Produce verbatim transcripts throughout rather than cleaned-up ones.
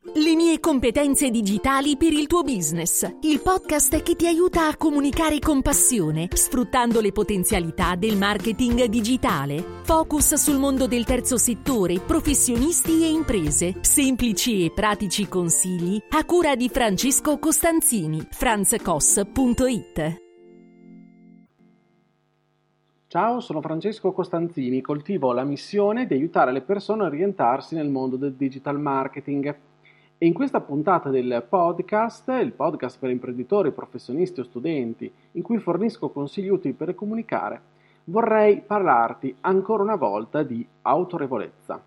Le mie competenze digitali per il tuo business. Il podcast che ti aiuta a comunicare con passione, sfruttando le potenzialità del marketing digitale. Focus sul mondo del terzo settore, professionisti e imprese. Semplici e pratici consigli a cura di Francesco Costanzini. franz cos punto it. Ciao, sono Francesco Costanzini, coltivo la missione di aiutare le persone a orientarsi nel mondo del digital marketing. E in questa puntata del podcast, il podcast per imprenditori, professionisti o studenti, in cui fornisco consigli utili per comunicare, vorrei parlarti ancora una volta di autorevolezza.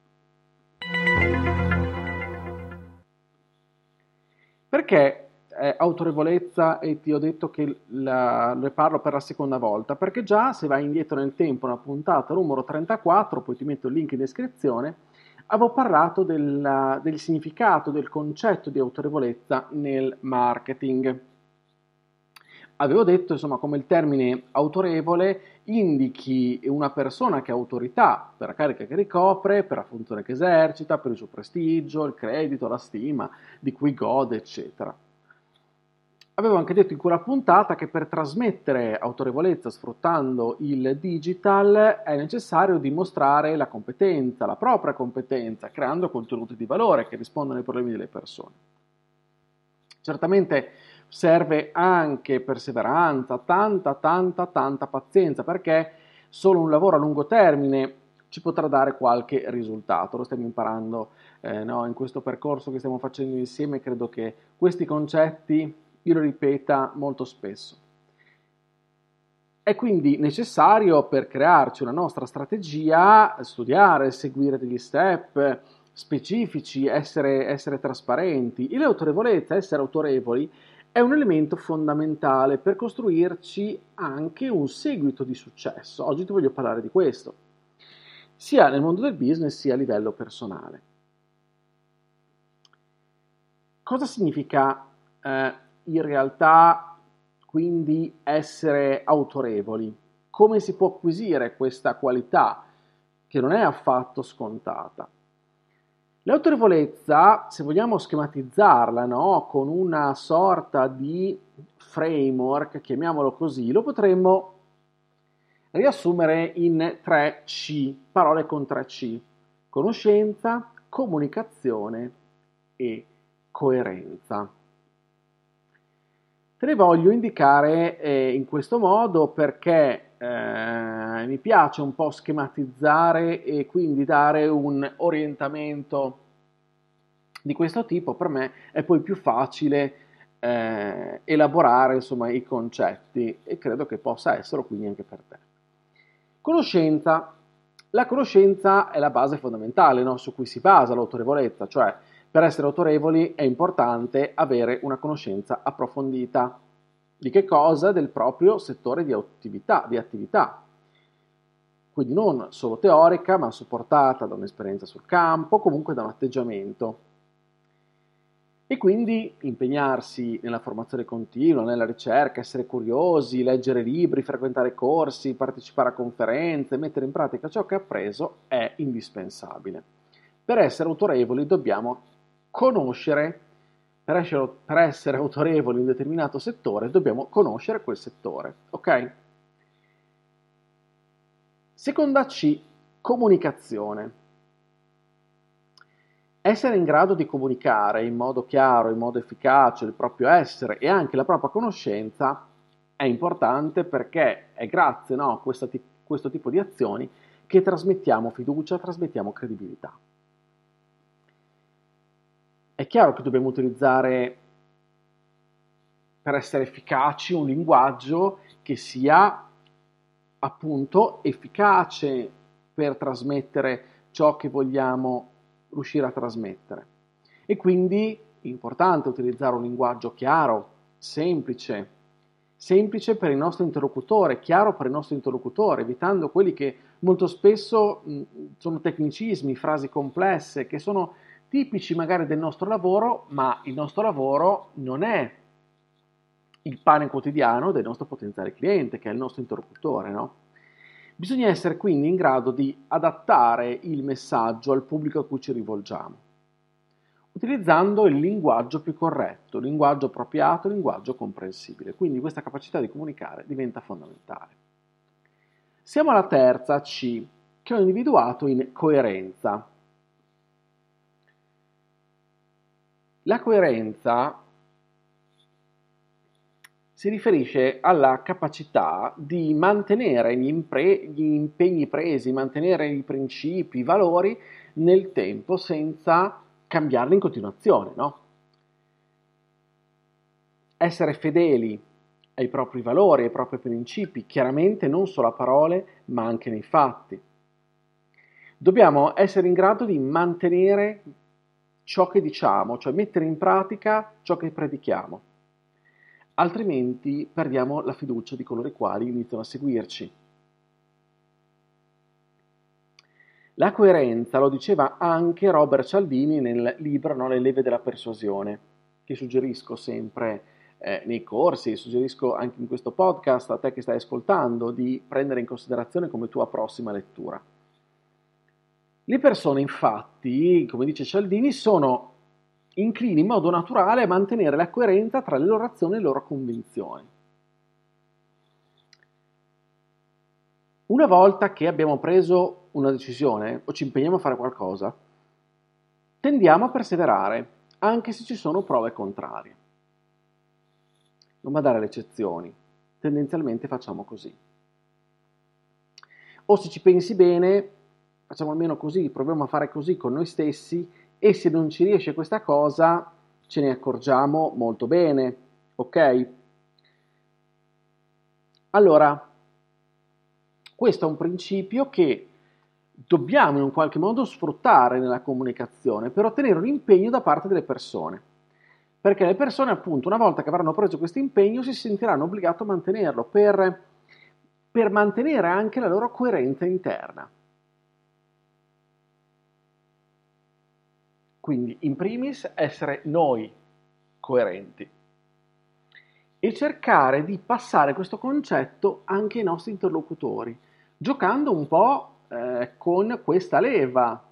Perché eh, autorevolezza e ti ho detto che la, ne parlo per la seconda volta? Perché già se vai indietro nel tempo, una puntata numero trentaquattro, poi ti metto il link in descrizione, avevo parlato del, del significato, del concetto di autorevolezza nel marketing. Avevo detto, insomma, come il termine autorevole indichi una persona che ha autorità per la carica che ricopre, per la funzione che esercita, per il suo prestigio, il credito, la stima di cui gode, eccetera. Avevo anche detto in quella puntata che per trasmettere autorevolezza sfruttando il digital è necessario dimostrare la competenza, la propria competenza, creando contenuti di valore che rispondono ai problemi delle persone. Certamente serve anche perseveranza, tanta, tanta, tanta pazienza, perché solo un lavoro a lungo termine ci potrà dare qualche risultato. Lo stiamo imparando eh, no, in questo percorso che stiamo facendo insieme. Credo che questi concetti io lo ripeta molto spesso. È quindi necessario, per crearci una nostra strategia, studiare, seguire degli step specifici, essere, essere trasparenti. E l'autorevolezza, essere autorevoli, è un elemento fondamentale per costruirci anche un seguito di successo. Oggi ti voglio parlare di questo, sia nel mondo del business sia a livello personale. Cosa significa eh, in realtà quindi essere autorevoli? Come si può acquisire questa qualità che non è affatto scontata? L'autorevolezza, se vogliamo schematizzarla, no, con una sorta di framework, chiamiamolo così, lo potremmo riassumere in tre C, parole con tre C: conoscenza, comunicazione e coerenza. Te le voglio indicare eh, in questo modo perché eh, mi piace un po' schematizzare e quindi dare un orientamento di questo tipo. Per me è poi più facile eh, elaborare, insomma, i concetti, e credo che possa esserlo quindi anche per te. Conoscenza. La conoscenza è la base fondamentale, no? Su cui si basa l'autorevolezza, cioè per essere autorevoli è importante avere una conoscenza approfondita. Di che cosa? Del proprio settore di attività, di attività. Quindi non solo teorica, ma supportata da un'esperienza sul campo, comunque da un atteggiamento. E quindi impegnarsi nella formazione continua, nella ricerca, essere curiosi, leggere libri, frequentare corsi, partecipare a conferenze, mettere in pratica ciò che ha appreso è indispensabile. Per essere autorevoli dobbiamo conoscere, per essere, per essere autorevoli in un determinato settore, dobbiamo conoscere quel settore, ok? Seconda C, comunicazione. Essere in grado di comunicare in modo chiaro, in modo efficace il proprio essere e anche la propria conoscenza è importante, perché è grazie, no, a questo, questo tipo di azioni che trasmettiamo fiducia, trasmettiamo credibilità. È chiaro che dobbiamo utilizzare, per essere efficaci, un linguaggio che sia appunto efficace per trasmettere ciò che vogliamo riuscire a trasmettere. E quindi è importante utilizzare un linguaggio chiaro, semplice, semplice per il nostro interlocutore, chiaro per il nostro interlocutore, evitando quelli che molto spesso mh, sono tecnicismi, frasi complesse, che sono tipici magari del nostro lavoro, ma il nostro lavoro non è il pane quotidiano del nostro potenziale cliente, che è il nostro interlocutore, no? Bisogna essere quindi in grado di adattare il messaggio al pubblico a cui ci rivolgiamo. utilizzando il linguaggio più corretto, il linguaggio appropriato, il linguaggio comprensibile. Quindi questa capacità di comunicare diventa fondamentale. Siamo alla terza C, che ho individuato in coerenza. La coerenza si riferisce alla capacità di mantenere gli, impre- gli impegni presi, mantenere i principi, i valori nel tempo senza cambiarli in continuazione, no? Essere fedeli ai propri valori, ai propri principi, chiaramente non solo a parole, ma anche nei fatti. Dobbiamo essere in grado di mantenere ciò che diciamo, cioè mettere in pratica ciò che predichiamo. Altrimenti perdiamo la fiducia di coloro i quali iniziano a seguirci. La coerenza lo diceva anche Robert Cialdini nel libro, no, Le leve della persuasione, che suggerisco sempre eh, nei corsi, suggerisco anche in questo podcast a te che stai ascoltando di prendere in considerazione come tua prossima lettura. Le persone infatti, come dice Cialdini, sono inclini in modo naturale a mantenere la coerenza tra le loro azioni e le loro convinzioni. Una volta che abbiamo preso una decisione o ci impegniamo a fare qualcosa, tendiamo a perseverare, anche se ci sono prove contrarie. Non badare alle eccezioni, tendenzialmente facciamo così. O se ci pensi bene, facciamo almeno così, proviamo a fare così con noi stessi e se non ci riesce questa cosa ce ne accorgiamo molto bene, ok? Allora, questo è un principio che dobbiamo in un qualche modo sfruttare nella comunicazione per ottenere un impegno da parte delle persone. Perché le persone, appunto, una volta che avranno preso questo impegno, si sentiranno obbligate a mantenerlo per, per mantenere anche la loro coerenza interna. Quindi, in primis, essere noi coerenti e cercare di passare questo concetto anche ai nostri interlocutori, giocando un po' eh, con questa leva.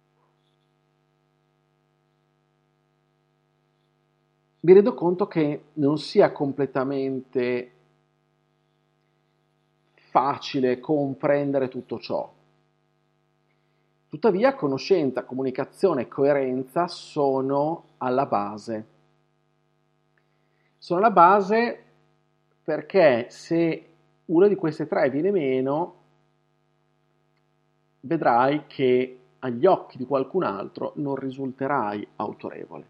Mi rendo conto che non sia completamente facile comprendere tutto ciò. Tuttavia, conoscenza, comunicazione e coerenza sono alla base. Sono alla base perché se una di queste tre viene meno, vedrai che agli occhi di qualcun altro non risulterai autorevole.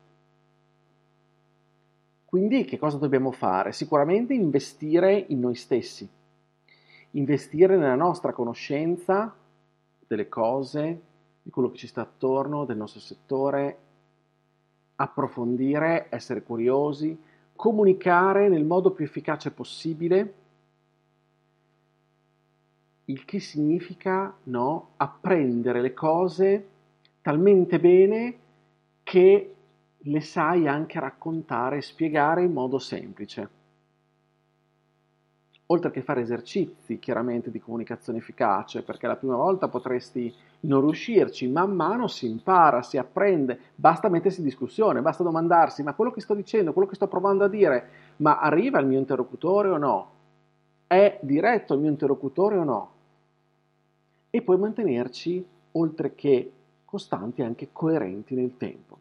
Quindi che cosa dobbiamo fare? Sicuramente investire in noi stessi, investire nella nostra conoscenza delle cose, di quello che ci sta attorno, del nostro settore, approfondire, essere curiosi, comunicare nel modo più efficace possibile, il che significa, no, apprendere le cose talmente bene che le sai anche raccontare e spiegare in modo semplice. Oltre che fare esercizi, chiaramente, di comunicazione efficace, perché la prima volta potresti non riuscirci, man mano si impara, si apprende, basta mettersi in discussione, basta domandarsi, ma quello che sto dicendo, quello che sto provando a dire, ma arriva al mio interlocutore o no? È diretto al mio interlocutore o no? E poi mantenerci, oltre che costanti, anche coerenti nel tempo.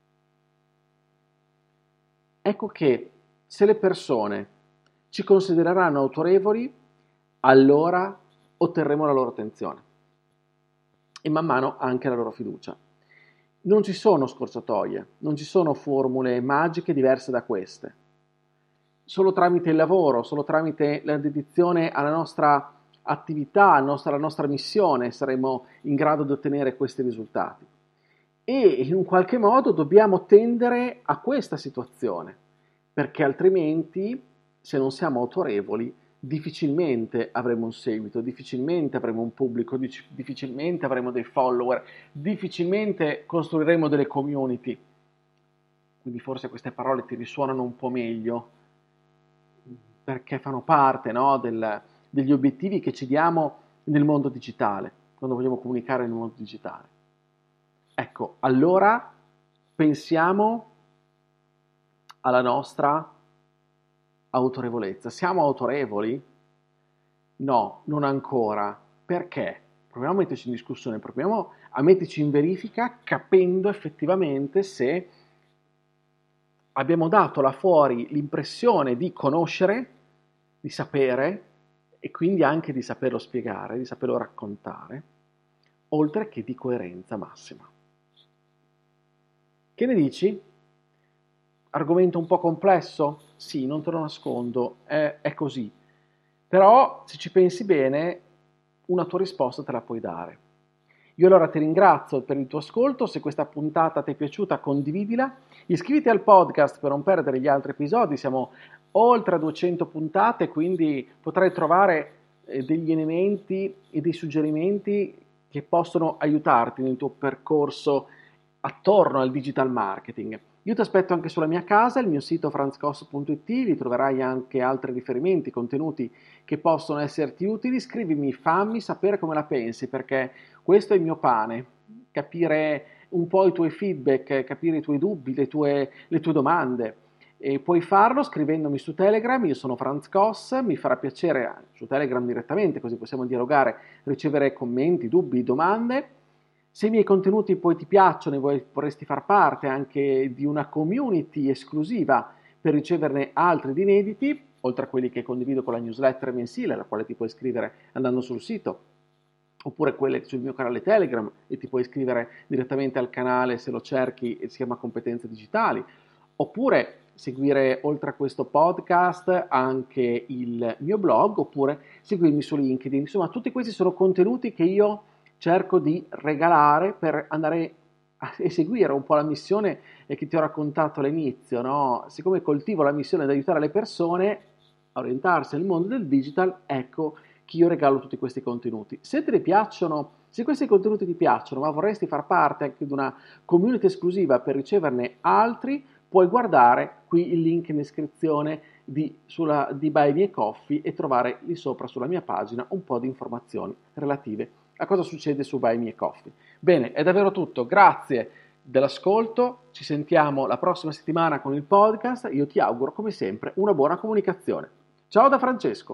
Ecco che se le persone ci considereranno autorevoli, allora otterremo la loro attenzione e man mano anche la loro fiducia. Non ci sono scorciatoie, non ci sono formule magiche diverse da queste. Solo tramite il lavoro, solo tramite la dedizione alla nostra attività, alla nostra, alla nostra missione saremo in grado di ottenere questi risultati. E in un qualche modo dobbiamo tendere a questa situazione, perché altrimenti, se non siamo autorevoli, difficilmente avremo un seguito, difficilmente avremo un pubblico, difficilmente avremo dei follower, difficilmente costruiremo delle community. Quindi forse queste parole ti risuonano un po' meglio, perché fanno parte, no, del, degli obiettivi che ci diamo nel mondo digitale, quando vogliamo comunicare nel mondo digitale. Ecco, allora pensiamo alla nostra autorevolezza. Siamo autorevoli? No, non ancora. Perché? Proviamo a metterci in discussione, proviamo a metterci in verifica capendo effettivamente se abbiamo dato là fuori l'impressione di conoscere, di sapere e quindi anche di saperlo spiegare, di saperlo raccontare, oltre che di coerenza massima. Che ne dici? Argomento un po' complesso? Sì, non te lo nascondo, è, è così. Però, se ci pensi bene, una tua risposta te la puoi dare. Io allora ti ringrazio per il tuo ascolto, se questa puntata ti è piaciuta condividila, iscriviti al podcast per non perdere gli altri episodi, siamo oltre a duecento puntate, quindi potrai trovare eh, degli elementi e dei suggerimenti che possono aiutarti nel tuo percorso attorno al digital marketing. Io ti aspetto anche sulla mia casa, il mio sito franz cos punto it, vi troverai anche altri riferimenti, contenuti che possono esserti utili. Scrivimi, fammi sapere come la pensi, perché questo è il mio pane, capire un po' i tuoi feedback, capire i tuoi dubbi, le tue, le tue domande. E puoi farlo scrivendomi su Telegram, io sono Franz Cos, mi farà piacere su Telegram direttamente, così possiamo dialogare, ricevere commenti, dubbi, domande. Se i miei contenuti poi ti piacciono e vorresti far parte anche di una community esclusiva per riceverne altri di inediti, oltre a quelli che condivido con la newsletter mensile, alla quale ti puoi iscrivere andando sul sito, oppure quelle sul mio canale Telegram e ti puoi iscrivere direttamente al canale se lo cerchi e si chiama Competenze Digitali, oppure seguire oltre a questo podcast anche il mio blog, oppure seguirmi su LinkedIn. Insomma, tutti questi sono contenuti che io cerco di regalare per andare a eseguire un po' la missione che ti ho raccontato all'inizio, no? Siccome coltivo la missione di aiutare le persone a orientarsi nel mondo del digital, ecco che io regalo tutti questi contenuti. Se te ne piacciono, se questi contenuti ti piacciono, ma vorresti far parte anche di una community esclusiva per riceverne altri, puoi guardare qui il link in descrizione di, sulla, di Buy Me a Coffee e trovare lì sopra sulla mia pagina un po' di informazioni relative a cosa succede su Buy Me a Coffee. Bene, è davvero tutto, grazie dell'ascolto, ci sentiamo la prossima settimana con il podcast, io ti auguro come sempre una buona comunicazione. Ciao da Francesco!